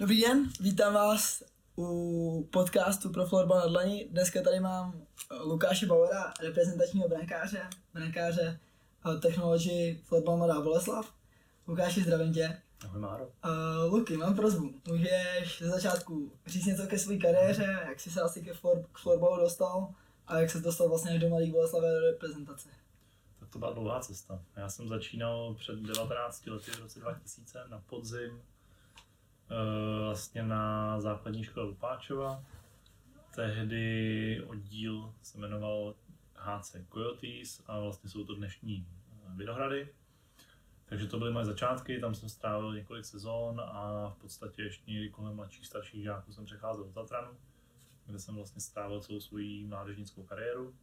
Dobrý den, vítám vás u podcastu pro Florbal na dlani. Dneska tady mám Lukáše Bauera, reprezentačního brankáře Technology Florbal Mladá Boleslav. Lukáši, zdravím tě. Ahoj Máro. Luky, mám prosbu. Můžeš ze začátku říct něco ke své kariéře, jak jsi se asi k florbalu dostal a jak se dostal vlastně až do Mladé Boleslavé reprezentace? Tak to byla dlouhá cesta. Já jsem začínal před 19 lety v roce 2000 na podzim vlastně na základní škole Lupáčova. Tehdy oddíl se jmenoval HC Coyotes a vlastně jsou to dnešní Vinohrady. Takže to byly moje začátky, tam jsem strávil několik sezón a v podstatě ještě někdy kolem mladších, starších žáků jsem přecházel do Tatranu, kde jsem vlastně strávil celou svou mládežnickou kariéru.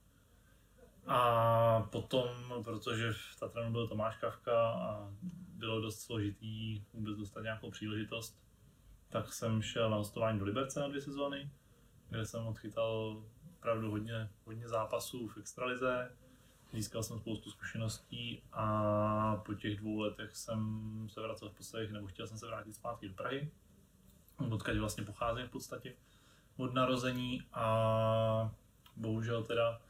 A potom, protože v Tatranu byl Tomáš Kafka a bylo dost složitý vůbec dostat nějakou příležitost, tak jsem šel na hostování do Liberce na 2 sezóny, kde jsem odchytal opravdu hodně zápasů v extralize. Získal jsem spoustu zkušeností a po těch 2 letech jsem se vracel v podstatě, nebo chtěl jsem se vrátit zpátky do Prahy, odkud vlastně pocházím v podstatě od narození a bohužel teda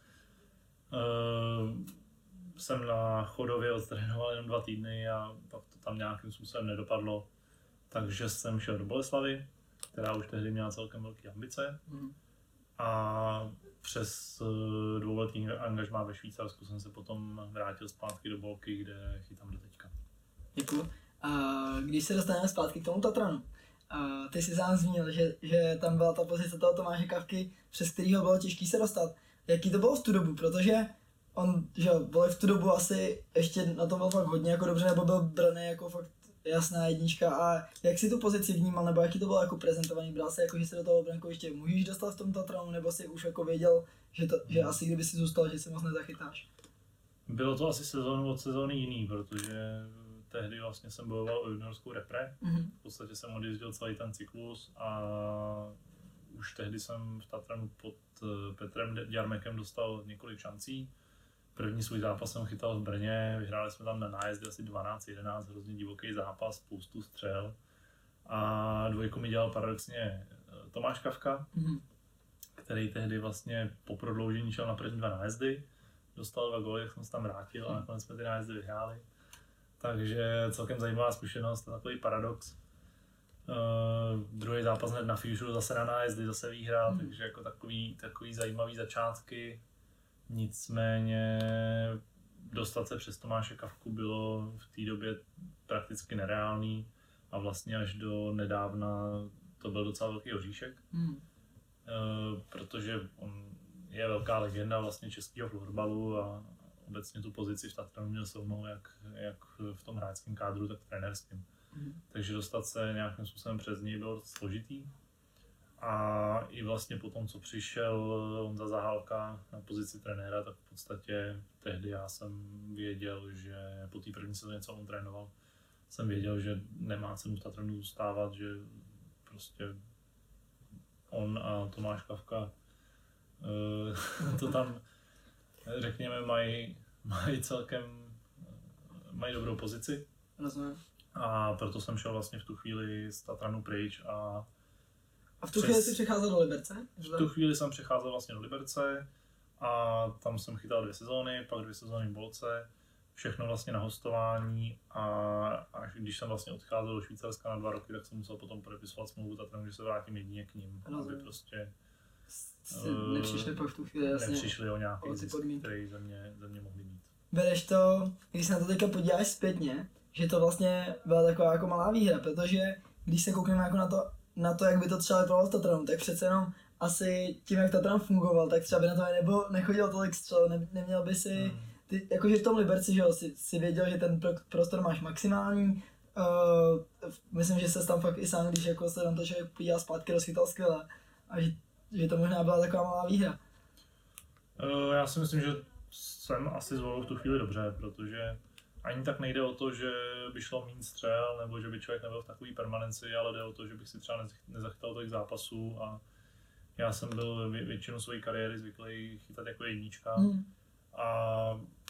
jsem na Chodově odtrénoval jenom 2 týdny a pak to tam nějakým způsobem nedopadlo, takže jsem šel do Boleslavy, která už tehdy měla celkem velké ambice. A přes 2letý angažmá ve Švýcarsku jsem se potom vrátil zpátky do Bolky, kde chytám do teďka. Děkuji. Když se dostaneme zpátky k tomu Tatranu, ty jsi sám zmínil, že tam byla ta pozice toho Tomáše Kafky, přes kterého bylo těžké se dostat. Jaký to bylo v tu dobu, protože on, že byl v tu dobu asi ještě na tom byl fakt hodně jako dobře, nebo byl braný jako fakt jasná jednička. A jak si tu pozici vnímal, nebo jaký to bylo jako prezentovaný? Bral se jako, že se do toho brankoviště můžeš dostat v tom Tatranu, nebo si už jako věděl, že asi kdyby si zůstal, že se moc nezachytáš? Bylo to asi sezónu od sezóny jiný, protože tehdy vlastně jsem bojoval o juniorskou repre. V podstatě jsem odjezdil celý ten cyklus a už tehdy jsem v Tatranu pod Petrem Děrmekem dostal několik šancí. První svůj zápas jsem chytal v Brně, vyhráli jsme tam na nájezdy asi 12-11, hrozně divoký zápas, spoustu střel. A 2 mi dělal paradoxně Tomáš Kafka, který tehdy vlastně po prodloužení šel na první 2 nájezdy. Dostal 2 góly, jak jsem se tam vrátil a nakonec jsme ty nájezdy vyhráli. Takže celkem zajímavá zkušenost a takový paradox. Druhý zápas hned na Fuchsu zase na nájezdy, zase výhra, takže jako takový zajímavý začátky. Nicméně dostat se přes Tomáše Kafku bylo v té době prakticky nereálný a vlastně až do nedávna to byl docela velký oříšek, protože on je velká legenda vlastně českého florbalu a obecně tu pozici v Tatranu měl silnou jak v tom hráčském kádru, tak v trenérském. Takže dostat se nějakým způsobem přes něj bylo dost složitý. A i vlastně po tom, co přišel Honza Zahálka na pozici trenéra, tak v podstatě tehdy já jsem věděl, že po té první sezóně, co on trénoval, jsem věděl, že nemá cenu v Tatranu zůstávat, že prostě on a Tomáš Kafka to tam, řekněme, mají dobrou pozici. Rozumím. A proto jsem šel vlastně v tu chvíli z Tatranu pryč a v tu chvíli jsi přecházel do Liberce? V tu chvíli jsem přecházel vlastně do Liberce a tam jsem chytal 2 sezóny, pak 2 sezóny v Bolce, všechno vlastně na hostování a když jsem vlastně odcházel do Švýcarska na 2 roky, tak jsem musel potom podepisovat smlouvu Tatranu, že se vrátím jedině k ním, aby prostě nepřišli pak v tu chvíli jasně. Nepřišli o nějaký zisk, který ze mě mohli mít. Bereš to, když se na to teďka podíváš zpětně, že to vlastně byla taková jako malá výhra, protože když se koukneme jako na to, jak by to třeba vypadalo v Tatranu, tak přece jenom asi tím, jak Tatran fungoval, tak třeba by na to nechodilo tolik střel, neměl by si, jakože v tom Liberci, že jo, si věděl, že ten prostor máš maximální, myslím, že se tam fakt i sám, když jako se tam to člověk podíval zpátky, rozchytal skvěle a že to možná byla taková malá výhra. Já si myslím, že jsem asi zvolil v tu chvíli dobře, protože ani tak nejde o to, že by šlo méně střel, nebo že by člověk nebyl v takové permanenci, ale jde o to, že bych si třeba nezachytal tolik zápasů a já jsem byl většinu své kariéry zvyklý chytat jako jednička a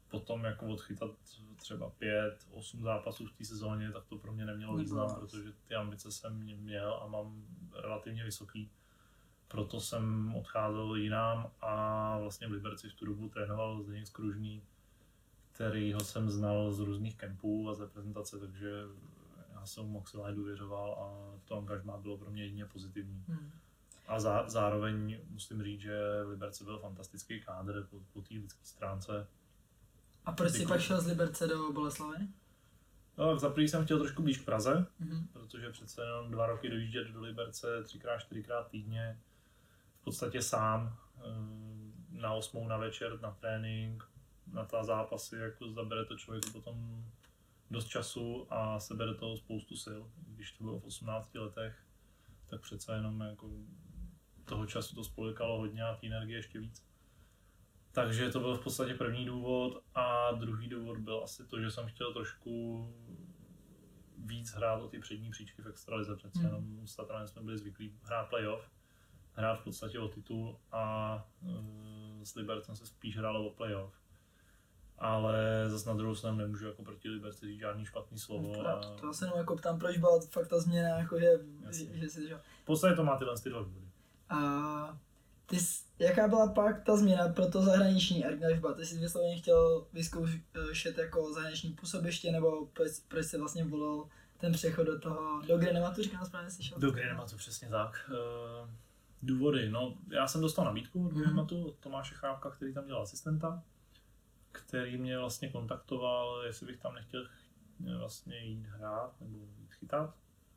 potom jako odchytat třeba 5-8 zápasů v té sezóně, tak to pro mě nemělo význam, protože ty ambice jsem měl a mám relativně vysoký. Proto jsem odcházel jinam a vlastně v Liberci v tu dobu trénoval Zdeněk Skružný, kterýho jsem znal z různých kempů a z reprezentace, takže já jsem mu maximálně důvěřoval a to angažmá bylo pro mě jedině pozitivní. A zároveň musím říct, že v Liberci byl fantastický kádr po té lidské stránce. A proč jsi pak šel z Liberce do Boleslavy? No, za první jsem chtěl trošku blíž k Praze, protože přece jenom 2 roky dojíždět do Liberce 3x-4x týdně, v podstatě sám, na 8 na večer, na trénink, na ta zápasy, jako zabere to člověku potom dost času a sebere toho spoustu sil. Když to bylo v 18 letech, tak přece jenom jako toho času to spolikalo hodně a té energie ještě víc. Takže to byl v podstatě první důvod a druhý důvod byl asi to, že jsem chtěl trošku víc hrát o ty přední příčky v extralize. Přece jenom s Tatranem jsme byli zvyklí hrát playoff, hrát v podstatě o titul a s Libercem se spíš hrálo o playoff. Ale zase na druhou stranu nemůžu jako proti Liberci říct žádný špatný slovo. To se jenom jako ptám, proč byla fakt ta změna, jako že si že... V podstatě to má tyhle ty 2 důvody. A jaká byla pak ta změna pro to zahraniční angažmá? Ty jsi vysloveně chtěl vyzkoušet jako zahraniční působiště, nebo proč jsi vlastně volil ten přechod do Grenematu, říkám správně slyšel? Do Grenematu, přesně tak. Důvody, no já jsem dostal nabídku od Grenematu, od Tomáše Chrápka, který tam dělal asistenta, který mě vlastně kontaktoval, jestli bych tam nechtěl vlastně jít hrát nebo jít chytat.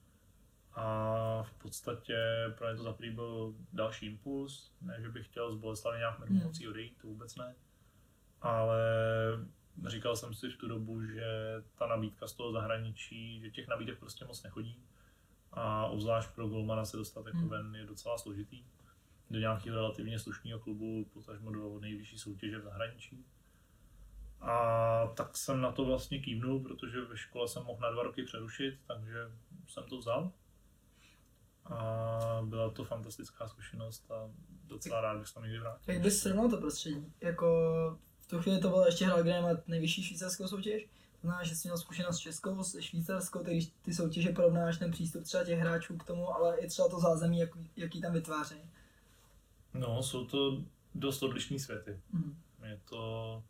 A v podstatě pro mě to za prvý byl další impuls, ne že bych chtěl z Boleslavy nějak mocí odejít, to vůbec ne. Ale říkal jsem si v tu dobu, že ta nabídka z toho zahraničí, že těch nabídek prostě moc nechodí. A obzvlášť pro golmana se dostat jako ven je docela složitý. Do nějakého relativně slušného klubu, potažmo do nejvyšší soutěže v zahraničí. A tak jsem na to vlastně kývnul, protože ve škole jsem mohl na 2 roky přerušit, takže jsem to vzal. A byla to fantastická zkušenost a docela rád bych se tam někdy vrátil. Jak bys srovnal to prostředí? Jako v tu chvíli to bylo ještě hrál Grenemat nejvyšší švýcarskou soutěž, to znamená, že jsi měl zkušenost s českou, s švýcarskou, když ty soutěže porovnáš ten přístup třeba těch hráčů k tomu, ale i třeba to zázemí, jaký tam vytváří. No, jsou to dost odlišný světy. Je to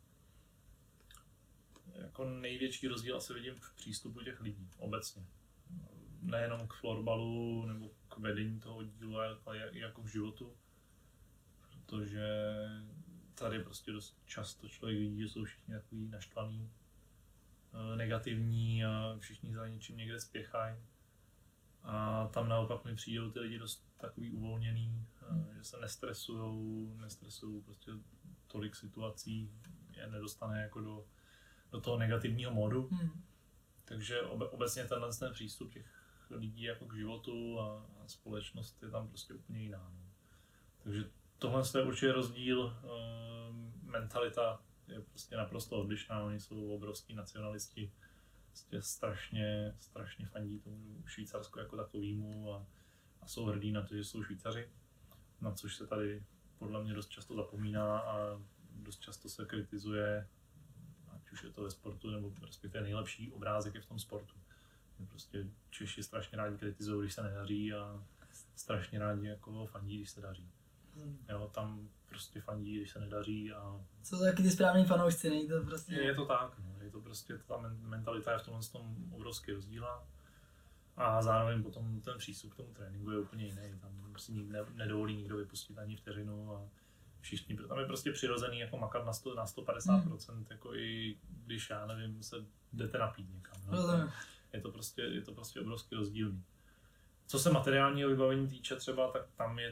jako největší rozdíl asi vidím v přístupu těch lidí obecně. Nejenom k florbalu nebo k vedení toho dílu, ale i jako v životu. Protože tady prostě dost často člověk vidí, že jsou všichni takový naštvaný, negativní a všichni za něčím někde spěchají. A tam naopak mi přijdou ty lidi dost takový uvolněný, že se nestresujou prostě tolik situací je nedostane jako do toho negativního módu. Takže obecně ten přístup těch lidí jako k životu a společnost je tam prostě úplně jiná. No. Takže tohle je určitě rozdíl, mentalita je prostě naprosto odlišná, oni jsou obrovský nacionalisti, prostě strašně fandí tomu Švýcarsku jako takovýmu a jsou hrdí na to, že jsou Švýcaři, na což se tady podle mě dost často zapomíná a dost často se kritizuje, ať už je to ve sportu, nebo respektive nejlepší obrázek je v tom sportu. Prostě Češi strašně rádi kritizují, když se nedaří a strašně rádi jako fandí, když se daří. Jo, tam prostě fandí, když se nedaří a... Jsou to taky ty správný fanoušci, není to prostě... Je to tak, no. Je to prostě, ta mentalita je v tomhle tom obrovský rozdílná. A zároveň potom ten přístup k tomu tréninku je úplně jiný. Tam si nedovolí nikdo vypustit ani vteřinu a všichni, tam je prostě přirozený jako makat na 150%, jako i když, já nevím, se jdete napít někam. No. Je to prostě obrovský rozdílný. Co se materiálního vybavení týče třeba, tak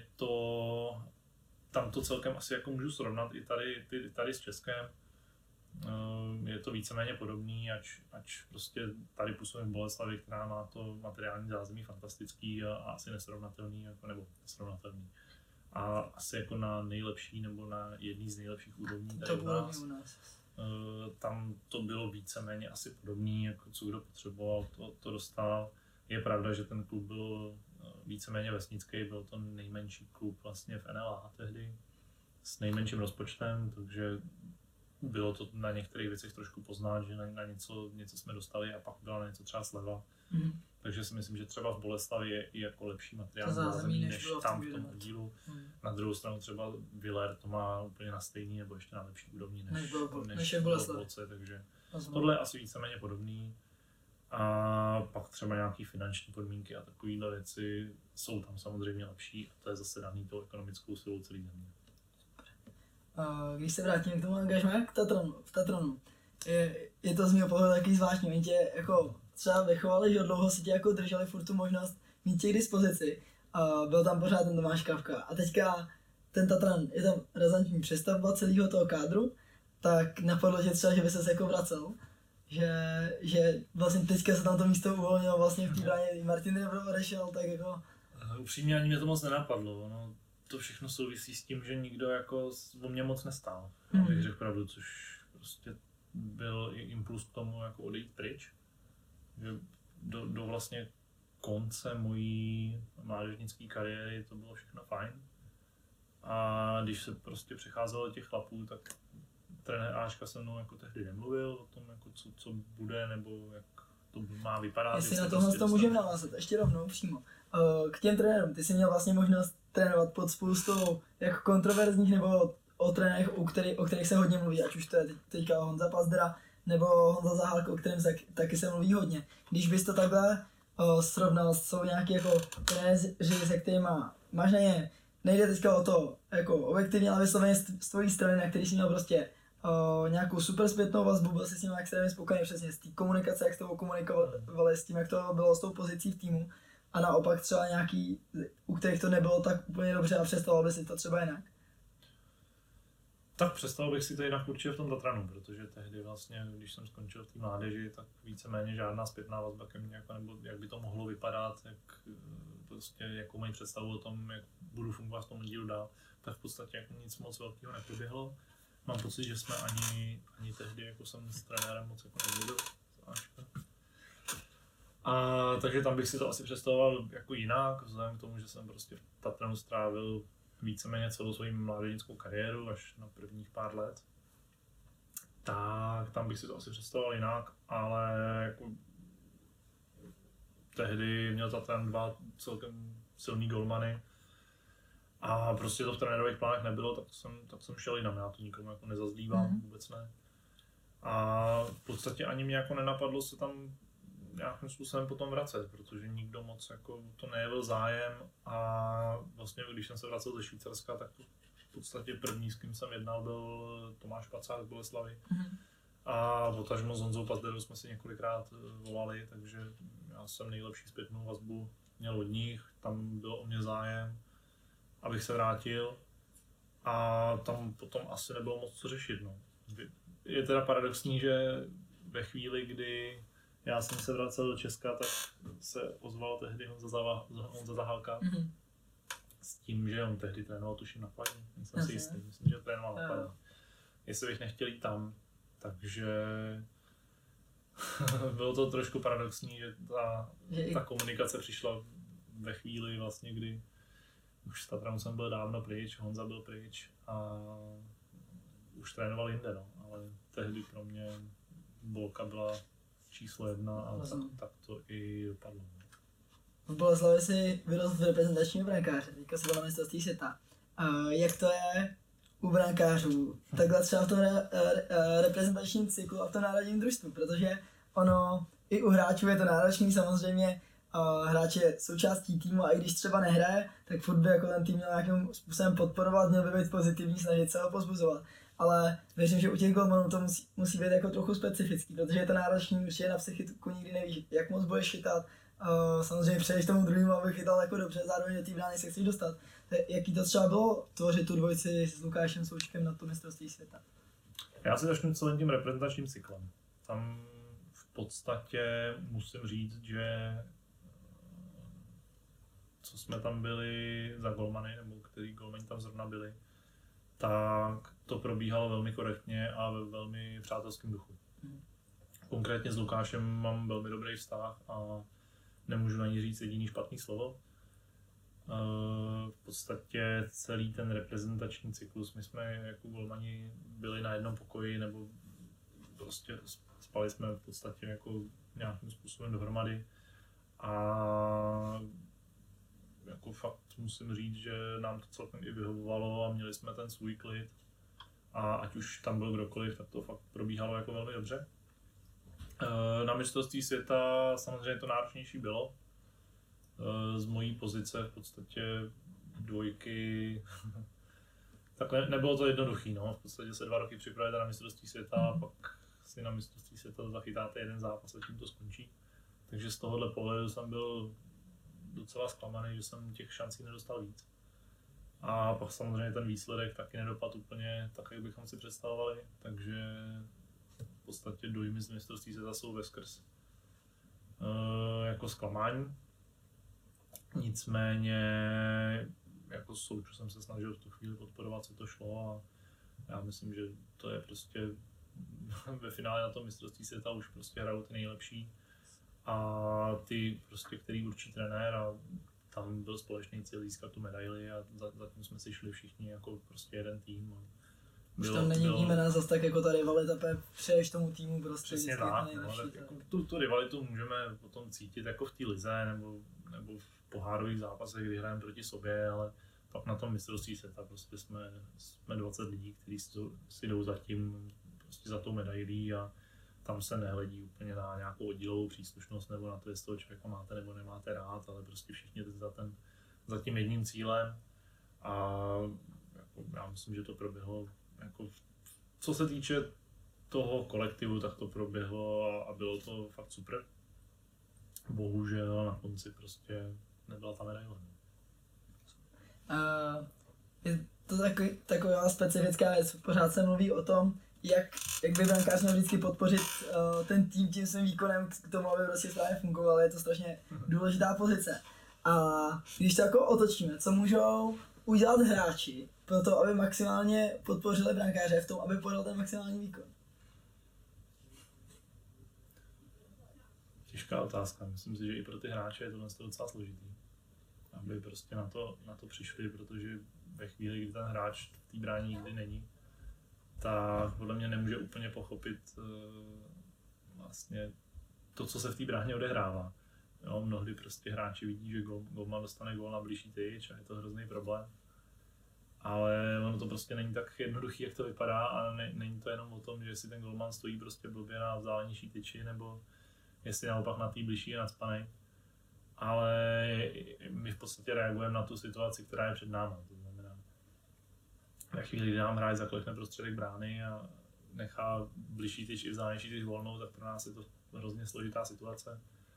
tam to celkem asi jako můžu srovnat i tady s Českem. Je to víceméně podobný, ač prostě tady působím v Boleslavi, která má to materiální zázemí fantastický a asi nesrovnatelný, nebo nesrovnatelný. A asi jako na nejlepší nebo na jedný z nejlepších úrovní tady u nás. Tam to bylo víceméně asi podobný, jako co kdo potřeboval, to dostal. Je pravda, že ten klub byl víceméně vesnický, byl to nejmenší klub vlastně v NLA tehdy, s nejmenším rozpočtem, takže bylo to na některých věcech trošku poznat, že na něco jsme dostali a pak byla na něco třeba sleva. Takže si myslím, že třeba v Boleslavi je i jako lepší materiál zázemí než tam v tom oddílu. Na druhou stranu třeba Viller to má úplně na stejný nebo ještě na lepší úrovni než v Boleslavi. Takže tohle je asi víceméně podobný. A pak třeba nějaké finanční podmínky a takovéhle věci jsou tam samozřejmě lepší a to je zase daný tou ekonomickou silou celé země. Když se vrátím k tomu angažmá v Tatronu, je to z mého pohledu takový zvláštní, oni tě jako třeba vychovali, že dlouho si tě jako drželi furt tu možnost mít tě k dispozici. Byl tam pořád ten Tomáš Kavka a teďka ten Tatran je tam razantní přestavba celého toho kádru, tak napadlo tě třeba, že by ses jako vracel. Že vlastně teďka se tam to místo uvolnilo vlastně v té bráně, Martin Rebro odešel, tak jako... Upřímně ani mě to moc nenapadlo, no, to všechno souvisí s tím, že nikdo jako o mě moc nestál, abych řekl pravdu, což prostě byl i impuls k tomu jako odejít pryč, že do vlastně konce mojí mládežnické kariéry to bylo všechno fajn a když se prostě přecházelo těch chlapů, tak trenér Ačka se mnou jako tehdy nemluvil o tom, jako co bude nebo jak to má vypadat. Jestli na tohle to můžeme navázat, ještě rovnou přímo. K těm trenérům, ty jsi měl vlastně možnost trénovat pod spoustou jako kontroverzních nebo o trenérech, o kterých se hodně mluví, ať už to je teďka Honza Pazdra nebo Honza Zahálko, o kterém taky se mluví hodně. Když bys to takhle srovnal, jsou nějaký jako trenéři, se kterými máš nejde teďka o to jako objektivně, ale vysloveně z tvojí strany, na který jsi měl prostě nějakou super zpětnou vazbu, byl jsi s ním extrémně spokojený přesně z té komunikace, jak s tebou komunikovali, s tím, jak to bylo s tou pozicí v týmu a naopak třeba nějaký, u kterých to nebylo tak úplně dobře a představoval by si to třeba jinak? Tak představil bych si to jinak určitě v tom Tatranu, protože tehdy vlastně, když jsem skončil v té mládeži, tak víceméně žádná zpětná vazba ke mně, jako, nebo jak by to mohlo vypadat, jak, prostě, jakou mají představu o tom, jak budu fungovat v tom dílu dál, tak v podstatě jako nic moc velkého neproběhlo. Mám pocit, že jsme ani tehdy jako jsem s trenérem moc jako nemluvil. Takže tam bych si to asi představoval jako jinak, vzhledem k tomu, že jsem prostě v Tatranu strávil víceméně celou svou mládežnickou kariéru až na prvních pár let. Tak tam bych si to asi představoval jinak, ale jako tehdy měl Tatran 2 celkem silný golmany a prostě to v trenérových plánech nebylo, tak jsem šel jinam, já to nikomu jako nezazdívám, vůbec ne. A v podstatě ani mě jako nenapadlo se tam nějakým způsobem potom vracet, protože nikdo moc jako to nejevil zájem a vlastně když jsem se vracel ze Švýcarska, tak v podstatě první, s kým jsem jednal, byl Tomáš Pacák z Boleslavy. A potažmo s Honzou Pazderou jsme si několikrát volali, takže já jsem nejlepší zpětnou vazbu měl od nich, tam bylo o mě zájem, abych se vrátil a tam potom asi nebylo moc co řešit. No. Je teda paradoxní, že ve chvíli, kdy já jsem se vracel do Česka, tak se ozval tehdy Honza Zahálka s tím, že on tehdy trénoval tuším na Kladně, nejsem si jistý, myslím, že trénoval na Kladně. Jestli bych nechtěl jít tam, takže bylo to trošku paradoxní, že ta komunikace přišla ve chvíli vlastně, kdy už s Tatranem jsem byl dávno pryč, Honza byl pryč a už trénoval jinde, no, ale tehdy pro mě Bolka byla číslo 1 a tak to i dopadlo. V Boleslavě si vyrostl v reprezentačního brankáře, teďka se byl na mistrovství světa. Jak to je u brankářů, takhle třeba v tom reprezentačním cyklu a v tom národním družstvu, protože ono i u hráčů je to náročný samozřejmě, hráč je součástí týmu a i když třeba nehraje, tak furt by jako ten tým měl nějakým způsobem podporovat, měl by být pozitivní, snažit se ho pozbuzovat. Ale věřím, že u těch golmanů to musí být jako trochu specifický, protože je to náročný, určitě na psychiku nikdy nevíš, jak moc budeš chytat. Samozřejmě přeješ tomu druhému, aby chytal jako dobře, zároveň do té brány se chceš dostat. Jaký to třeba bylo tvořit tu dvojici s Lukášem Součkem na to mistrovství světa? Já si začnu celým tím reprezentačním cyklem. Tam v podstatě musím říct, že co jsme tam byli za golmany, nebo který golmani tam zrovna byli, tak to probíhalo velmi korektně a ve velmi přátelském duchu. Konkrétně s Lukášem mám velmi dobrý vztah a nemůžu na ní říct jediný špatný slovo. V podstatě celý ten reprezentační cyklus, my jsme jako golmani byli na jednom pokoji, nebo prostě spali jsme v podstatě jako nějakým způsobem dohromady a jako fakt musím říct, že nám to celkem i vyhovovalo a měli jsme ten svůj klid a ať už tam byl kdokoliv, tak to fakt probíhalo jako velmi dobře. Na mistrovství světa samozřejmě to náročnější bylo. Z mojí pozice v podstatě dvojky, tak nebylo to jednoduchý, no. V podstatě se 2 roky připravujete na mistrovství světa a pak si na mistrovství světa zachytáte jeden zápas a tím to skončí. Takže z tohohle pohledu jsem byl docela zklamaný, že jsem těch šancí nedostal víc. A pak samozřejmě ten výsledek taky nedopadl úplně tak, jak bychom si představovali, takže v podstatě dojmy z mistrovství světa jsou veskrz jako zklamání. Nicméně jako souču jsem se snažil v tu chvíli podporovat, co to šlo a já myslím, že to je prostě ve finále na tom mistrovství světa už prostě hrajou ty nejlepší a ty prostě, který určí trenér a tam byl společný cíl získat tu medaili a zatím jsme si šli všichni jako prostě jeden tým. Už tam není jména zase tak jako ta rivalita, přeješ tomu týmu prostě. Přesně tak, no, tak jako tu rivalitu můžeme potom cítit jako v té lize nebo v pohárových zápasech, kdy hrajeme proti sobě, ale pak na tom mistrovství světa prostě jsme 20 lidí, kteří si jdou prostě za tou medailí a tam se nehledí úplně na nějakou oddílovou příslušnost nebo na to, jestli toho člověka máte nebo nemáte rád, ale prostě všichni za tím jedním cílem a jako já myslím, že to proběhlo jako co se týče toho kolektivu, tak to proběhlo a bylo to fakt super. Bohužel na konci prostě nebyla ta medaile. Je to taková specifická věc, pořád se mluví o tom, jak by brankář měl vždycky podpořit ten tým tím svým výkonem k tomu, aby prostě správně fungoval, je to strašně důležitá pozice. A když to jako otočíme, co můžou udělat hráči pro to, aby maximálně podpořili brankáře v tom, aby podal ten maximální výkon? Těžká otázka, myslím si, že i pro ty hráče je to docela složitý, aby prostě na to přišli, protože ve chvíli, kdy ten hráč v té bráně nikdy není, tak podle mě nemůže úplně pochopit vlastně to, co se v té bráně odehrává. Jo, mnohdy prostě hráči vidí, že golman dostane gól na blížší tyč a je to hrozný problém. Ale ono to prostě není tak jednoduchý, jak to vypadá a není to jenom o tom, že si ten golman stojí prostě blbě na vzdálenější tyči nebo jestli naopak na té blížší je nacpanej. Ale my v podstatě reagujeme na tu situaci, která je před náma. To znamená, ve chvíli, kdy nám hráč zaklekne prostředek brány a nechá blížší tyč i vzdálenější tyč volnou, tak pro nás je to hrozně složitá situace,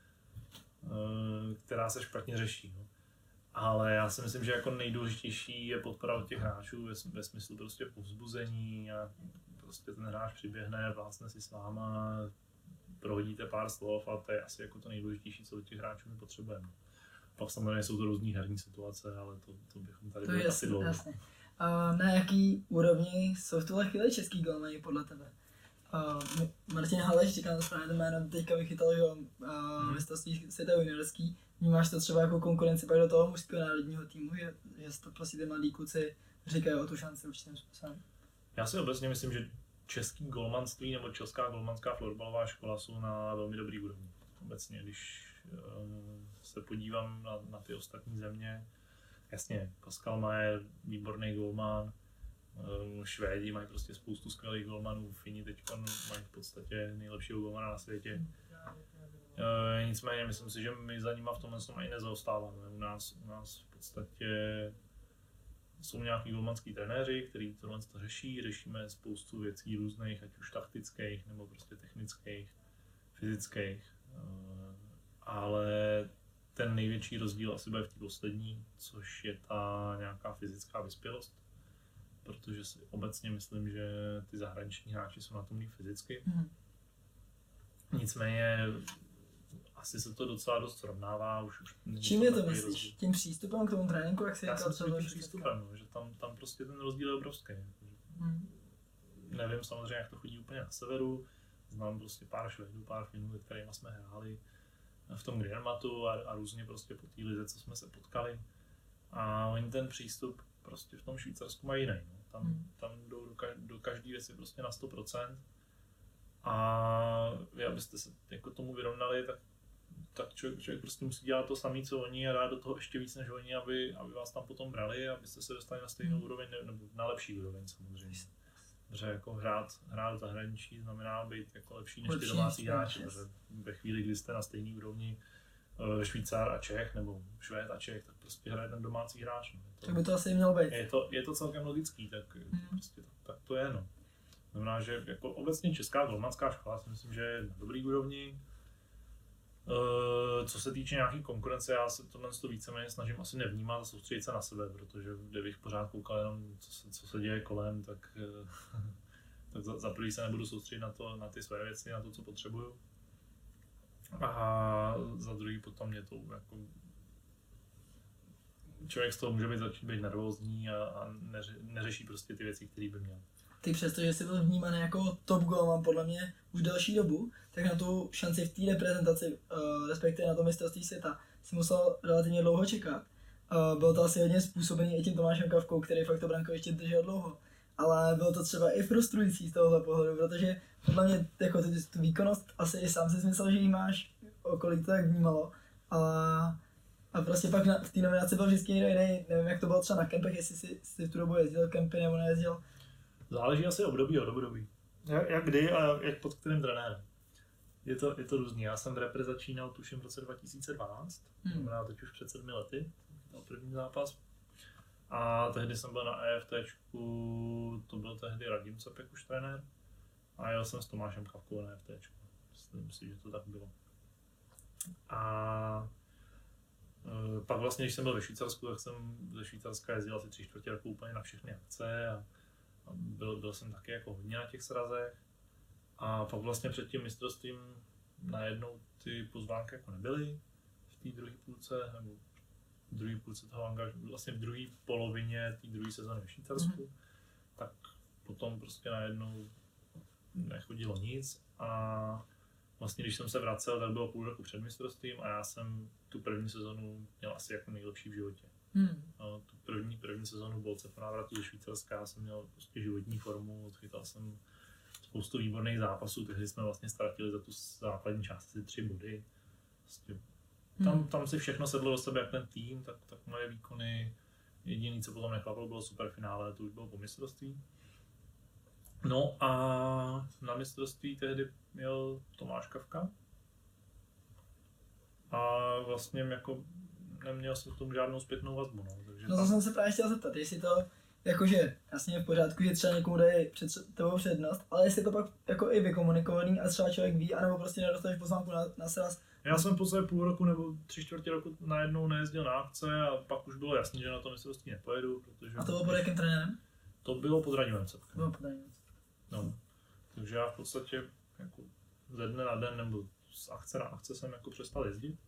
která se špatně řeší. No. Ale já si myslím, že jako nejdůležitější je podpora od těch hráčů ve smyslu prostě povzbuzení a prostě ten hráč přiběhne, vlásne si s váma, prohodíte pár slov a to je asi jako to nejdůležitější, co od těch hráčů my potřebujeme. Pak samozřejmě jsou to různý herní situace, ale to bychom tady byli asi dlouho. A na jaký úrovni jsou v tuhle chvíli český golmani podle tebe? Martin Haleš, říkám to správně to jméno, teďka vychytal mistrovství světa juniorský. Vnímáš to třeba jako konkurenci pak do toho mužského národního týmu, že to prostě ty mladí kluci říkají o tu šanci určitým způsobem? Já si obecně myslím, že český golmanství nebo česká golmanská florbalová škola jsou na velmi dobrý úrovni. Obecně, když se podívám na ty ostatní země, jasně, Pascal Mayer, výborný golman, Švédi mají prostě spoustu skvělých golmanů, Fini teď mají v podstatě nejlepšího golmana na světě. Nicméně myslím si, že my za nima v tomhle ani nezaostáváme. U nás v podstatě jsou nějaký golmanský trenéři, kteří tohle řešíme spoustu věcí různých, ať už taktických nebo prostě technických, fyzických. Ale ten největší rozdíl asi bude v té poslední, což je ta nějaká fyzická vyspělost. Protože si obecně myslím, že ty zahraniční hráči jsou na tom líp fyzicky. Nicméně asi se to docela dost srovnává. Už čím je to myslíš? Tím přístupem k tomu tréninku, jak si říkal? Tím přístupem, že tam prostě ten rozdíl je obrovský. Nevím samozřejmě, jak to chodí úplně na severu. Znám prostě pár Švédů, pár Finů, se kterými jsme hráli v tom Greenmatu a různě prostě po té lize, co jsme se potkali. A oni ten přístup prostě v tom Švýcarsku mají jiný. No. Tam jdou do každé věci prostě na 100%. A vy, abyste se jako tomu vyrovnali, tak člověk prostě musí dělat to samé, co oni a dát do toho ještě víc než oni, aby vás tam potom brali, abyste se dostali na stejnou úroveň, nebo na lepší úroveň samozřejmě. Protože jako hrát v zahraničí znamená být jako lepší než ty domácí hráči, protože ve chvíli, kdy jste na stejné úrovni Švýcar a Čech, nebo Švéd a Čech, tak prostě hraje ten domácí hráč. No. Tak by to asi mělo být. Je to celkem logický, tak to je. No. Znamená, že jako obecně česká golmanská škola si myslím, že je na dobrý úrovni. Co se týče nějaký konkurence, já se tohle víceméně snažím asi nevnímat a soustředit se na sebe, protože kdybych pořád koukal jenom, co se děje kolem, tak za prvý se nebudu soustředit na ty své věci, na to, co potřebuju. A za druhý potom mě to jako člověk z toho může začít být nervózní a neřeší prostě ty věci, které by měl. Ty přesto, že jsi byl vnímaný jako top golman podle mě už delší dobu, tak na tu šanci v té reprezentaci, respektive na to mistrovství světa, si musel relativně dlouho čekat. Bylo to asi hodně způsobený i tím Tomášem Kavkou, který fakt to brankoviště držel dlouho. Ale bylo to třeba i frustrující z tohohle pohledu, protože podle mě jako tu výkonnost asi i sám si myslel, že ji máš, kolik to tak vnímalo. A prostě pak v té nominaci byl vždycky někdo jiný, nevím jak to bylo třeba na kempech, jestli si v tu dobu jezdil kempy nebo nejezdil. Záleží asi období od období. Jak kdy a jak pod kterým trenérem. Je to různý. Já jsem v repre začínal tuším v roce 2012, znamená teď už před 7 lety, byl první zápas. A tehdy jsem byl na EFTčku, to byl tehdy Radim Cepek už trenér. A jel jsem s Tomášem Kavkou na EFTčku. Myslím si, že to tak bylo. A pak vlastně, když jsem byl ve Švýcarsku, tak jsem ze Švýcarska jezdil asi 3/4 roku úplně na všechny akce. A byl jsem taky jako hodně na těch srazech a pak vlastně před tím mistrovstvím najednou ty pozvánky jako nebyly v té druhé půlce, nebo v druhé půlce toho angažu, vlastně v druhé polovině té druhé sezóny v Švýcarsku, tak potom prostě najednou nechodilo nic a vlastně když jsem se vracel, tak bylo půl roku před mistrovstvím a já jsem tu první sezonu měl asi jako nejlepší v životě. Tu první sezonu Bolce po návratu do Švýcarska jsem měl prostě životní formu, odchytal jsem spoustu výborných zápasů, tehdy jsme vlastně ztratili za tu základní část asi 3 body. Prostě tam si všechno sedlo do sebe jak ten tým, tak moje výkony, jediné co potom nechlapilo bylo superfinále, to už bylo po mistrovství. No a na mistrovství tehdy měl Tomáš Kavka a vlastně jako neměl jsem k tomu žádnou zpětnou vazbu. No to jsem se právě chtěl zeptat, jestli to jakože jasně v pořádku, že třeba někomu dají před tebou přednost, ale jestli to pak jako i vykomunikovaný a třeba člověk ví, anebo prostě nedostaneš pozvánku na sraz. Já jsem poslední půl roku nebo 3/4 roku najednou nejezdil na akce a pak už bylo jasný, že na to mistrovství nepojedu, protože... A to bylo pod jakým trenérem? To bylo pod Radimem Cepkem. Bylo pod Radimem. No, takže já v podstatě jako ze dne na den nebo z akce na akce jsem jako přestal jezdit.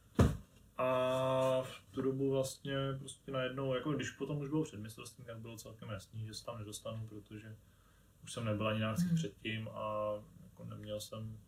A v tu dobu vlastně prostě najednou, jako když potom už bylo před mistrovstvím, tak bylo celkem jasný, že se tam nedostanu, protože už jsem nebyl ani na akcích předtím a jako neměl jsem...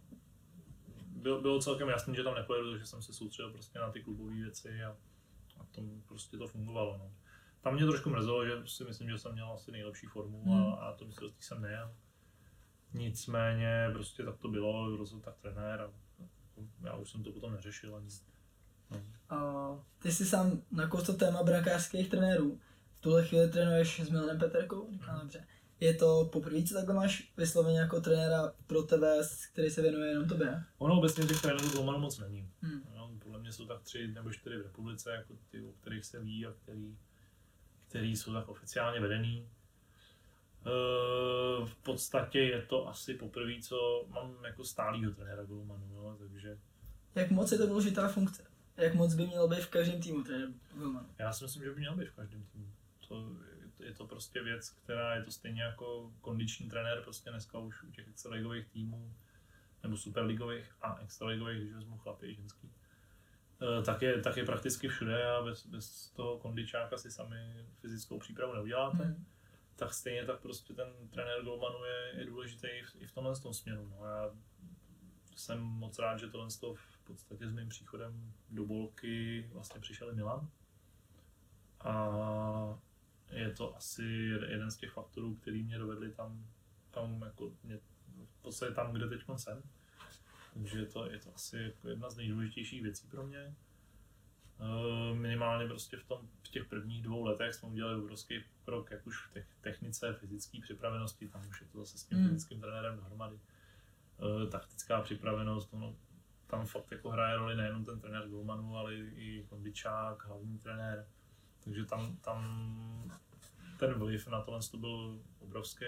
Bylo celkem jasný, že tam nepojedu, takže jsem se soustředil prostě na ty klubové věci a tom prostě to fungovalo. No. Tam mě trošku mrzelo, že si myslím, že jsem měl asi nejlepší formu a to mistrovství jsem nejel. Nicméně prostě tak to bylo, rozhodl tak trenér a já už jsem to potom neřešil ani. No. Ty jsi sám nakousl to téma brankářských trenérů. V tuhle chvíli trénuješ s Milanem Peterkou, říkám dobře. Je to poprvé, co takhle máš vysloveně jako trenéra pro tebe, který se věnuje jenom tobě? Ono obecně těch trenérů golmanů moc není. No, podle mě jsou tak 3 nebo 4 v republice, jako ty, o kterých se ví a který jsou tak oficiálně vedený. V podstatě je to asi poprvé, co mám jako stálýho trenéra golmanů, no, takže... Jak moc je to důležitá funkce? Jak moc by mělo být v každém týmu trenér golmanů? Já si myslím, že by měl být v každém týmu. Je to prostě věc, která je to stejně jako kondiční trenér prostě dneska už u těch extraligových týmů nebo superligových a extraligových, když vezmu chlapy i ženský. Tak je prakticky všude a bez toho kondičáka si sami fyzickou přípravu neuděláte. Tak stejně tak prostě ten trenér golmanů je důležitý i v tomhle směru. No, já jsem moc rád, že tohle v podstatě s mým příchodem do Bolky vlastně přišel i Milan. A je to asi jeden z těch faktorů, který mě dovedli tam jako v podstatě tam, kde teď jsem. Takže je to asi jako jedna z nejdůležitějších věcí pro mě. Minimálně prostě v těch prvních 2 letech jsme udělali obrovský krok, jak už v technice, fyzické připravenosti, tam už je to zase s tím fyzickým trenérem dohromady. Taktická připravenost, tam fakt jako hraje roli nejenom ten trenér golmanů, ale i kondičák, hlavní trenér. Takže tam ten vliv na tohle byl obrovský.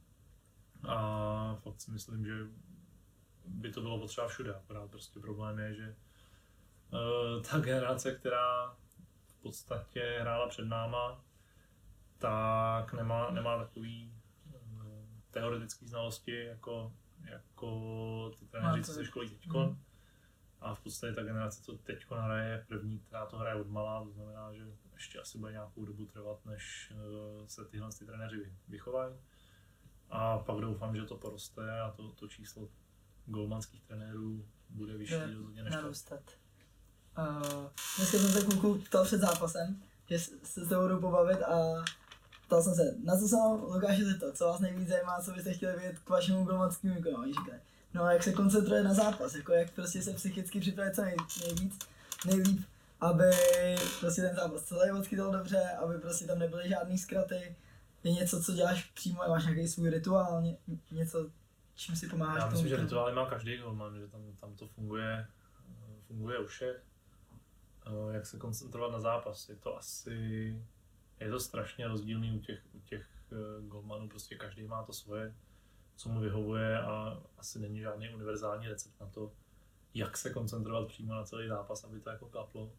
A fakt si myslím, že by to bylo potřeba všude, akorát prostě problém je, že ta generace, která v podstatě hrála před náma, tak nemá takový teoretický znalosti jako ty trenéři, co se školí teďkon. A v podstatě ta generace, co teďko hraje, je první, která to hraje odmala, to znamená, že ještě asi bude nějakou dobu trvat, než se tyhle trenéři vychovají. A pak doufám, že to poroste a to číslo golmanských trenérů bude vyšší rozhodně než narůstat. Dneska jsem se kluku ptal před zápasem, že se s tebou budu pobavit a ptal jsem se, na co se vám Lukáše zeptat, co vás nejvíc zajímá, co byste chtěli vědět k vašemu golmanskému výkonu. Oni říkají, no a jak se koncentruje na zápas, jako jak prostě se psychicky připravit co nejlíp, aby prostě ten zápas celý odchytal dobře, aby prostě tam nebyly žádný zkraty. Je něco, co děláš přímo, máš nějaký svůj rituál, něco, čím si pomáháš? Já myslím, že rituály má každý golman, že tam to funguje u všech. Jak se koncentrovat na zápas, je to strašně rozdílný u těch golmanů, prostě každý má to svoje, co mu vyhovuje a asi není žádný univerzální recept na to, jak se koncentrovat přímo na celý zápas, aby to jako klaplo.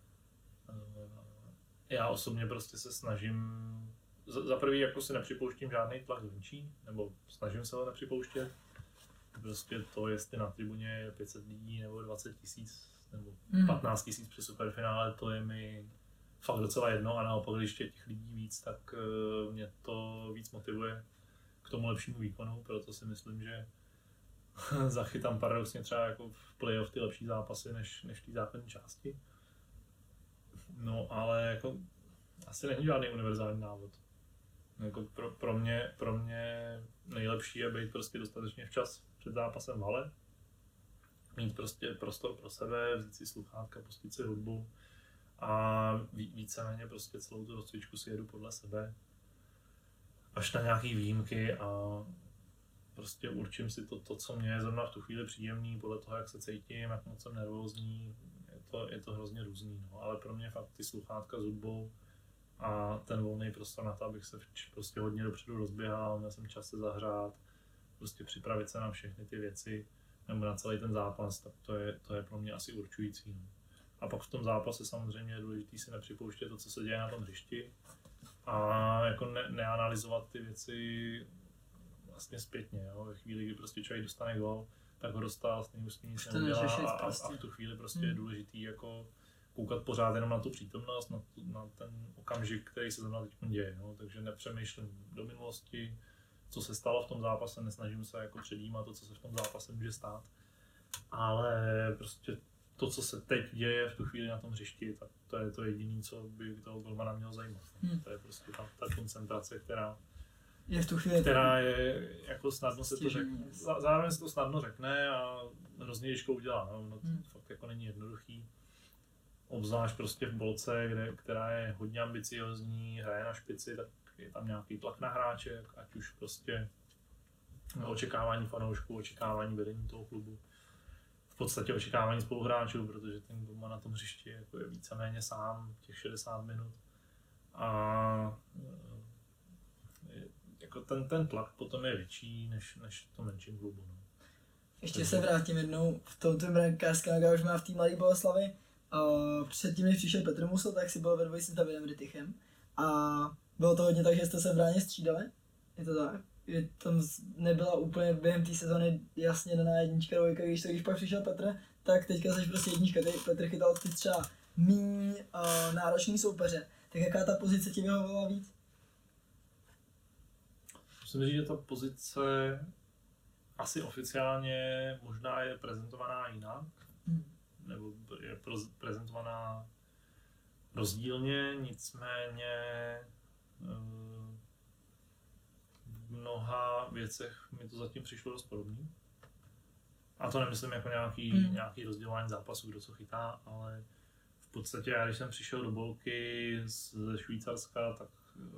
Já osobně prostě se snažím, za prvý jako si nepřipouštím žádný tlak zvenčí, nebo snažím se ho nepřipouštět. Prostě to, jestli na tribuně je 500 lidí nebo 20 000 nebo 15 000 při superfinále, to je mi fakt docela jedno a naopak, když je těch lidí víc, tak mě to víc motivuje k tomu lepšímu výkonu, proto si myslím, že zachytám paradoxně třeba jako v playoff ty lepší zápasy než ty základní části. No ale jako asi není žádný univerzální návod. Jako pro mě nejlepší je být prostě dostatečně včas před zápasem v hale, mít prostě prostor pro sebe, vzít si sluchátka, pustit si hudbu a víceméně prostě celou tu rozcvičku si jedu podle sebe, až na nějaký výjimky a prostě určím si to, co mě je zrovna v tu chvíli příjemný, podle toho, jak se cítím, jak moc jsem nervózní, je to hrozně různý, no. Ale pro mě fakt ty sluchátka s hudbou a ten volný prostor na to, abych se prostě hodně dopředu rozběhal, měl jsem čas se zahřát, prostě připravit se na všechny ty věci, nebo na celý ten zápas, tak to je pro mě asi určující. No. A pak v tom zápase samozřejmě je důležité si nepřipouštět to, co se děje na tom hřišti a jako neanalyzovat ty věci vlastně zpětně, jo. Ve chvíli, kdy prostě člověk dostane gól, tak ho dostal, stejně s ním nic neudělá a v tu chvíli prostě je důležitý jako koukat pořád jenom na tu přítomnost, na ten okamžik, který se zrovna teď děje, no. Takže nepřemýšlím do minulosti, co se stalo v tom zápase, nesnažím se jako předjímat to, co se v tom zápase může stát, ale prostě to, co se teď děje v tu chvíli na tom hřišti, tak to je to jediné, co by toho golmana mělo zajímat. To je prostě ta koncentrace, která je v tu chvíli, která je jako snadno se to řekne, zároveň se to snadno řekne a hrozně těžko udělá, no to fakt jako není jednoduchý. Obzvlášť prostě v bolce, která je hodně ambiciozní, hraje na špici, tak je tam nějaký tlak na hráče, ať už prostě očekávání fanoušků, očekávání vedení toho klubu. V podstatě očekávání spoluhráčů, protože ten golman na tom hřišti jako je víceméně sám těch 60 minut. A jako ten tlak potom je větší než v tom menším klubu. No. Ještě se vrátím jednou v tom brankářském, jak už má v té Mladé Boleslavi. Předtím, než přišel Petr Musil, tak si byl ve dvojici s Davidem Rytichem. A bylo to hodně tak, že jste se v bráně střídali? Je to tak? Tam nebyla úplně během té sezony jasně daná jednička, dvojka, když pak přišel Petr, tak teďka jsi prostě jednička. Petr chytal ty třeba míň náročný soupeře. Tak jaká ta pozice ti vyhovovala víc? Musím říct, že ta pozice asi oficiálně možná je prezentovaná jinak, nebo je prezentovaná rozdílně, nicméně v mnoha věcech mi to zatím přišlo dost podobný. A to nemyslím jako nějaký rozdělování zápasů, kdo co chytá, ale v podstatě já, když jsem přišel do bolky ze Švýcarska, tak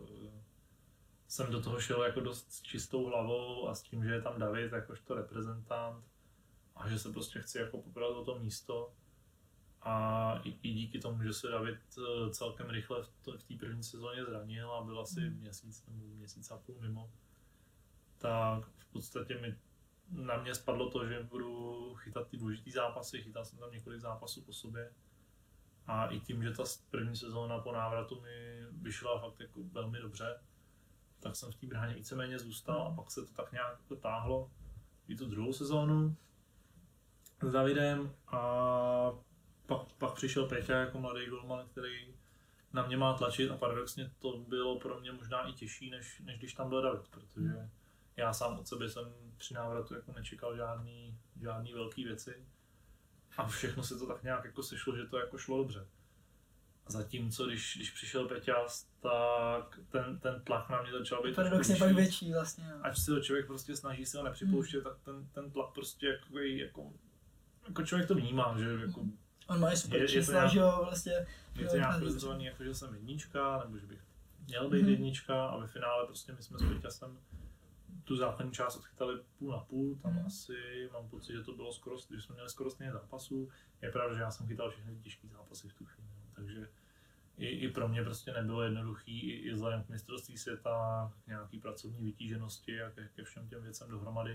jsem do toho šel jako dost s čistou hlavou a s tím, že je tam David jakožto reprezentant a že se prostě chci jako poprat o to místo. A i díky tomu, že se David celkem rychle v té první sezóně zranil a byl asi měsíc nebo měsíc a půl mimo, tak v podstatě na mě spadlo to, že budu chytat ty důležitý zápasy, chytal jsem tam několik zápasů po sobě. A i tím, že ta první sezóna po návratu mi vyšla fakt jako velmi dobře, tak jsem v té bráně víceméně zůstal a pak se to tak nějak jako táhlo i tu druhou sezónu s Davidem a pak přišel Peťa jako mladý golman, který na mě má tlačit a paradoxně to bylo pro mě možná i těžší, než když tam byl David, protože já sám od sebe jsem při návratu jako nečekal žádný velký věci a všechno se to tak nějak jako sešlo, že to jako šlo dobře. Zatímco když přišel Peťas, tak ten tlak na mě začal být paradoxně pak větší vlastně. Jo. Ať se to člověk prostě snaží se ho nepřipouštět, tak ten tlak prostě jako člověk to vnímá, že jako on má super čísla, že jo, vlastně. Je to nějak prezentovaný jako, že jsem jednička, nebo že bych měl být jednička a ve finále prostě my jsme s Peťasem tu základní část odchytali půl na půl, tam asi mám pocit, že to bylo skoro, že jsme měli skoro stejně zápasů. Je pravda, že já jsem chytal všechny těžké zápasy v tu chvíli, takže i pro mě prostě nebylo jednoduchý, i vzhledem k mistrovství světa, k nějaký pracovní vytíženosti a ke všem těm věcem dohromady,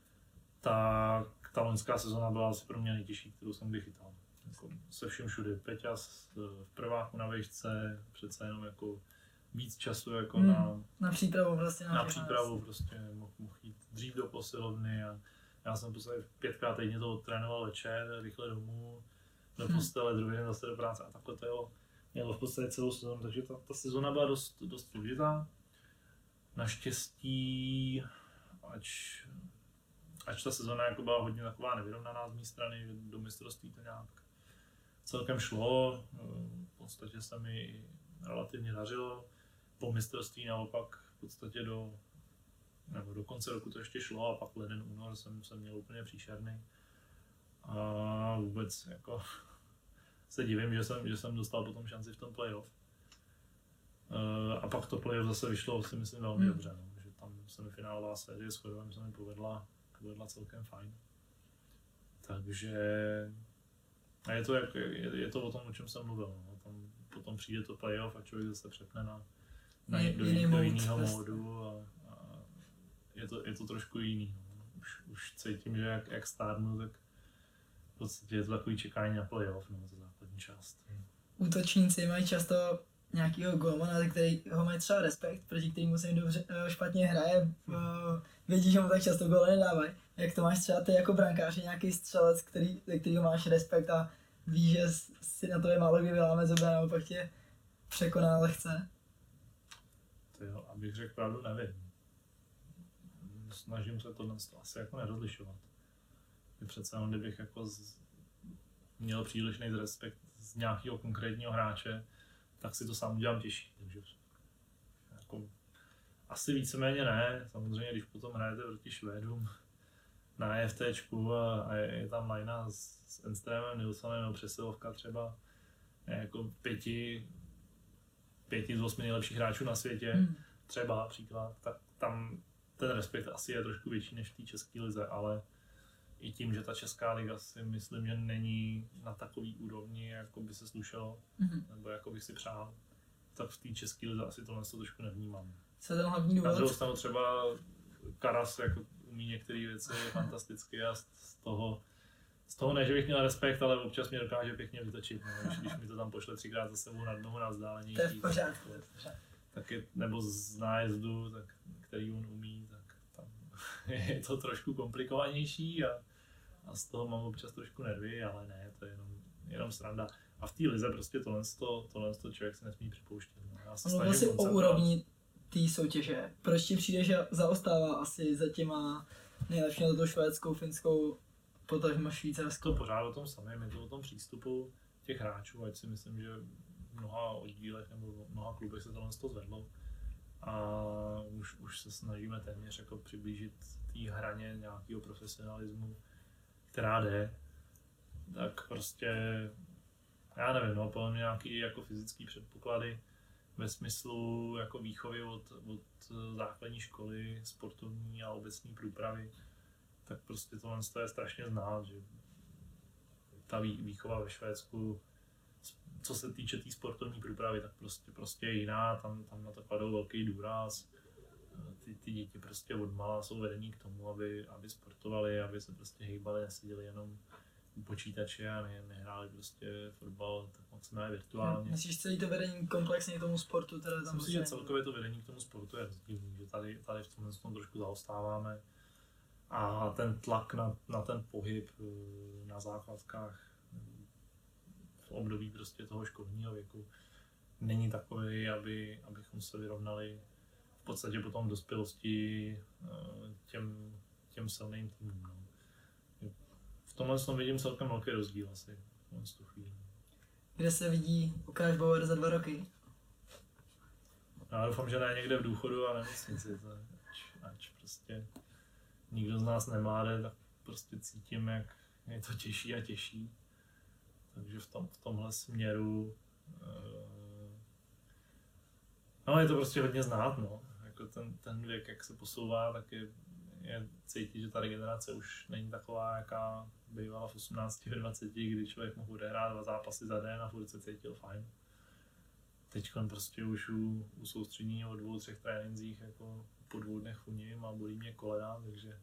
tak ta loňská sezona byla asi pro mě nejtěžší, kterou jsem kdy chytal. Jako se vším všude, Peťas v prváku na výšce, přece jenom jako víc času jako na přípravu vlastně. Na přípravu prostě mohl jít dřív do posilovny a já jsem prostě 5krát týdně to odtrénoval večer, rychle domů, do postele, druhý den zase do práce a takhle to jelo v podstatě celou sezónu, takže ta sezóna byla dost složitá. Naštěstí, ač ta sezóna jako byla hodně taková nevyrovnaná z mé strany, že do mistrovství to nějak celkem šlo, v podstatě se mi relativně dařilo. Po mistrovství naopak v podstatě do konce roku to ještě šlo a pak leden, únor jsem měl úplně příšerný. A vůbec jako se divím, že jsem dostal potom šanci v tom playoff. A pak to playoff zase vyšlo si myslím velmi dobře, no, že tam semifinálová série s Chodovem se mi povedla celkem fajn. Takže a je to o tom, o čem jsem mluvil. No. Tam potom přijde to playoff a člověk zase přepne do jiného módu a je to trošku jiný. No. Už cítím, že jak stárnu, tak v podstatě je to takový čekání na playoff, no, za základní část. Útočníci mají často nějakýho golmana, za kterýho mají třeba respekt, proti kterému se jim dobře, špatně hraje, vědí, že mu tak často góly nedávají. Jak to máš třeba ty jako brankář, nějaký střelec, ze kterého máš respekt a víš, že si na tobě málo kdy vyláme zuby a naopak tě překoná lehce? To jo, abych řekl pravdu, nevím. Snažím se to asi jako nerozlišovat. Přece jenom, kdybych jako měl přílišný respekt z nějakého konkrétního hráče, tak si to sám udělám těžší. Takže jako, asi víceméně ne. Samozřejmě, když potom hrajete proti Švédům na EFTčku a je tam lajna s Enströmem, Nilssonem nebo přesilovka třeba jako pěti z 8 nejlepších hráčů na světě, třeba příklad, tak tam ten respekt asi je trošku větší než v té české lize, ale i tím, že ta česká liga si myslím, že není na takový úrovni, jako by se slušelo, nebo jako bych si přál, tak v té české lize asi tohle trošku nevnímám. Co je ten hlavní důvod? Na druhou stranu třeba Karas jako umí některé věci fantasticky a z toho ne, že bych měl respekt, ale občas mě dokáže pěkně vytočit, no, když mi to tam pošle 3krát za sebou nad nohu na vzdálenější. To je v pořádku. Nebo z nájezdu, tak, který on umí, tak tam je to trošku komplikovanější a z toho mám občas trošku nervy, ale ne, to je jenom sranda. A v té lize prostě tohle člověk se nesmí připouštět. No. Mluvil jsi o úrovni té soutěže. Proč ti přijde, že zaostává asi za těma nejlepší na to švédskou, finskou, potažmo švýcarskou? To pořád o tom samém, je to o tom přístupu těch hráčů, ať si myslím, že mnoha oddílech nebo v mnoha klubech se tohle zvedlo. A už se snažíme téměř jako přiblížit té hraně nějakého profesionalismu, která jde. Tak prostě, já nevím, no, podle mě nějaký jako fyzický předpoklady ve smyslu jako výchovy od základní školy, sportovní a obecní průpravy, tak prostě tohle je strašně znát, že ta výchova ve Švédsku, co se týče té sportovní průpravy, tak prostě je jiná, tam na to kladou velký důraz. Ty děti prostě odmala jsou vedení k tomu, aby sportovali, aby se prostě hejbali, neseděli jenom u počítače a nehráli prostě fotbal tak maximálně virtuálně. Myslíš celý to vedení komplexně k tomu sportu? Teda tam myslím, že celkově to vedení k tomu sportu je rozdílný, že tady v tomhle trošku zaostáváme. A ten tlak na ten pohyb na základkách v období prostě toho školního věku není takový, abychom se vyrovnali v podstatě potom v dospělosti těm silným týmům. No. V tomhle tom vidím celkem velký rozdíl asi v tu chvíli. Kde se vidí Lukáš Bauer za 2 roky? Já doufám, že ne někde v důchodu a nemocnici, ať prostě nikdo z nás nemláde, tak prostě cítím, jak je to těžší a těžší. Takže v tomhle směru no, je to prostě hodně znát, no. Jako ten věk, jak se posouvá, tak je cítit, že ta regenerace už není taková, jaká bývala v 18, 20, kdy člověk mohl odehrát 2 zápasy za den a furt se cítil fajn. Teď prostě už u soustředění o 2-3 trénincích jako po 2 dnech chuním a bolí mě kolena, takže...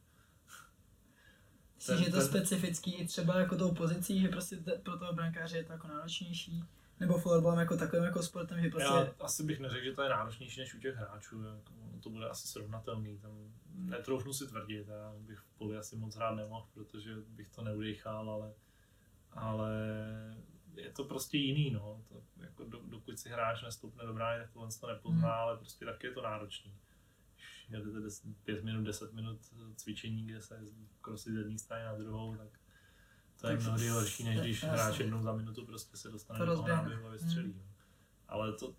Myslíš, že je to specifický třeba jako tou pozicí, že prostě pro toho brankáře je to jako náročnější? Nebo florbalem jako takovým jako sportem, že prostě... Já asi bych neřekl, že to je náročnější než u těch hráčů, jako, to bude asi srovnatelný, tam netroufnu si tvrdit, já bych v poli asi moc hrát nemohl, protože bych to neudýchal, ale je to prostě jiný, no, to, jako dokud si hráč nestoupne do brány, tak tohle to nepozná, ale prostě taky je to náročný. Když jedete 5 minut, 10 minut cvičení, kde se krosí z jedné strany na druhou, tak to je mnohdy horší, než když hráč jednou za minutu prostě se dostane do toho náběhu a vystřelí. Ale to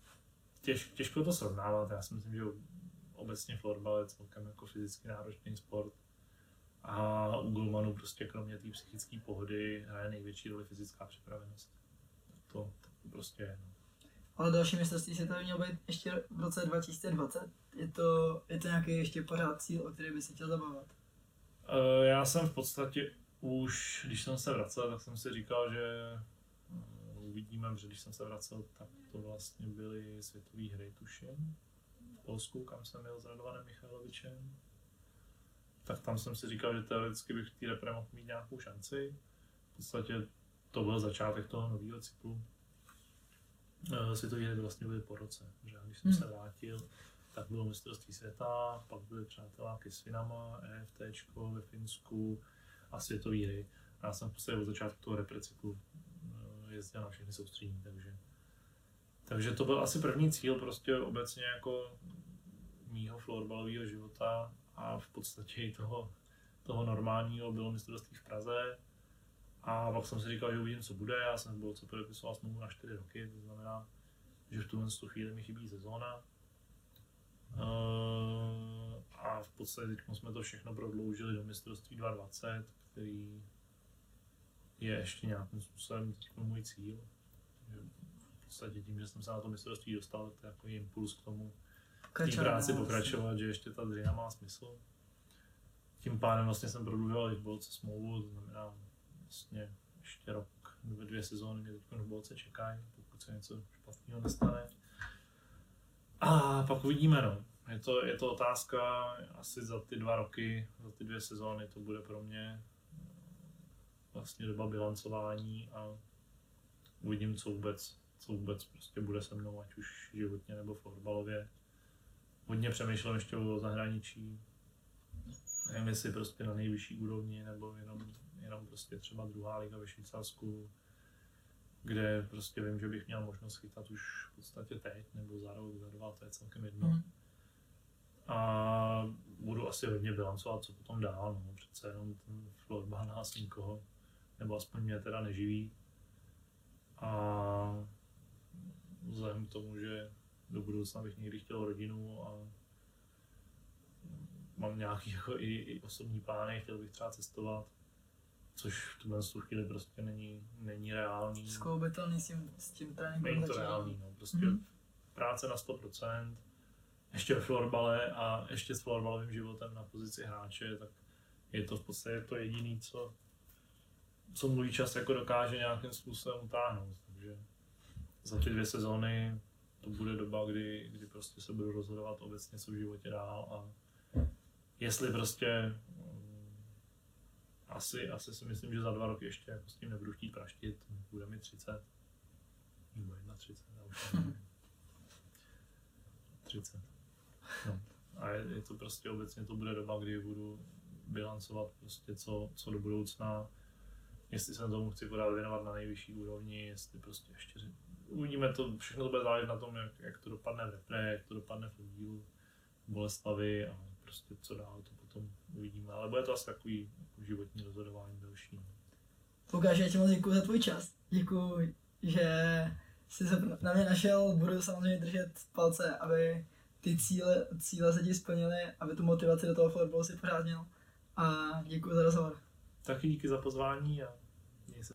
těžko to srovnávat, já si myslím, že obecně florbal je celkem jako fyzicky náročný sport. A u golmanů prostě kromě té psychické pohody hraje největší roli fyzická připravenost. To prostě je. Ale další mistrovství světa by mělo být ještě v roce 2020. Je to nějaký ještě pořád cíl, o který by se chtěl zabavovat? Já jsem v podstatě už, když jsem se vracel, tak jsem si říkal, že uvidíme, že když jsem se vracel, tak to vlastně byly světové hry, tuším, v Polsku, kam jsem jel s Radovanem Michajlovičem. Tak tam jsem si říkal, že teoreticky bych v té repre mohl mít nějakou šanci. V podstatě to byl začátek toho nového cyklu. Světové hry vlastně byly po roce, že když jsem se vrátil, tak bylo mistrovství světa, pak byly přáteláky s Finama, EFTčko ve Finsku a světové hry. Já jsem v podstatě od začátku toho reprecyklu jezdil na všechny soustředění, takže to byl asi první cíl prostě obecně jako mýho florbalového života a v podstatě i toho normálního bylo mistrovství v Praze. A pak jsem si říkal, že uvidím, co bude. Já jsem v Bolce podepisoval smlouvu na 4 roky, to znamená, že v tuhle chvíli mi chybí sezóna. A v podstatě teď jsme to všechno prodloužili do mistrovství 2020, který je ještě nějakým způsobem můj cíl. V podstatě tím, že jsem se na to mistrovství dostal, tak to je takový impuls k tomu v té práci pokračovat, že ještě ta dřina má smysl. Tím pádem vlastně jsem prodlužoval i v Bolce smlouvu, to znamená vlastně ještě rok, 2 sezóny mě teď v Bolce čekají, pokud se něco špatného nestane. A pak uvidíme, no. Je to otázka, asi za ty 2 roky, za ty 2 sezóny to bude pro mě vlastně doba bilancování a uvidím, co vůbec prostě bude se mnou, ať už životně nebo florbalově. Hodně přemýšlím ještě o zahraničí, nevím, jestli prostě na nejvyšší úrovni nebo jenom prostě třeba 2. liga ve Švýcarsku, kde prostě vím, že bych měl možnost chytat už v podstatě teď nebo za rok, za 2, to je celkem jedno. A budu asi hodně bilancovat, co potom dál, no. Přece jenom ten florbal nás nikoho, nebo aspoň mě teda neživí. A vzhledem k tomu, že do budoucna bych někdy chtěl rodinu a mám nějaký jako i osobní plány, chtěl bych třeba cestovat, což v tuhle chvíli prostě není reálný. Skloubitelný s tím tréninkem. Není to reálný, no. Prostě práce na 100%, ještě ve florbale a ještě s florbalovým životem na pozici hráče, tak je to v podstatě to jediné, co můj čas jako dokáže nějakým způsobem utáhnout. Takže za ty 2 sezóny to bude doba, kdy prostě se budu rozhodovat obecně, co v životě dál a jestli prostě asi si myslím, že za 2 roky ještě jako s tím nebudu chtít praštit, bude mi 30 nebo 31, už nevím. 30. No. A je to prostě obecně to bude doba, kdy budu bilancovat prostě co do budoucna, jestli se tomu chci pořád věnovat na nejvyšší úrovni, jestli prostě ještě uvidíme to, všechno to bude záležet na tom, jak to dopadne v repre, jak to dopadne v oddílu Boleslavy a prostě co dál, to potom uvidíme, ale bude to asi takový jako životní rozhodování další. Lukáš, já ti moc děkuji za tvůj čas, děkuji, že jsi se na mě našel, budu samozřejmě držet palce, aby ty cíle se ti splnily, aby tu motivaci do toho florbalu si pořád měl a děkuji za rozhovor. Taky díky za pozvání a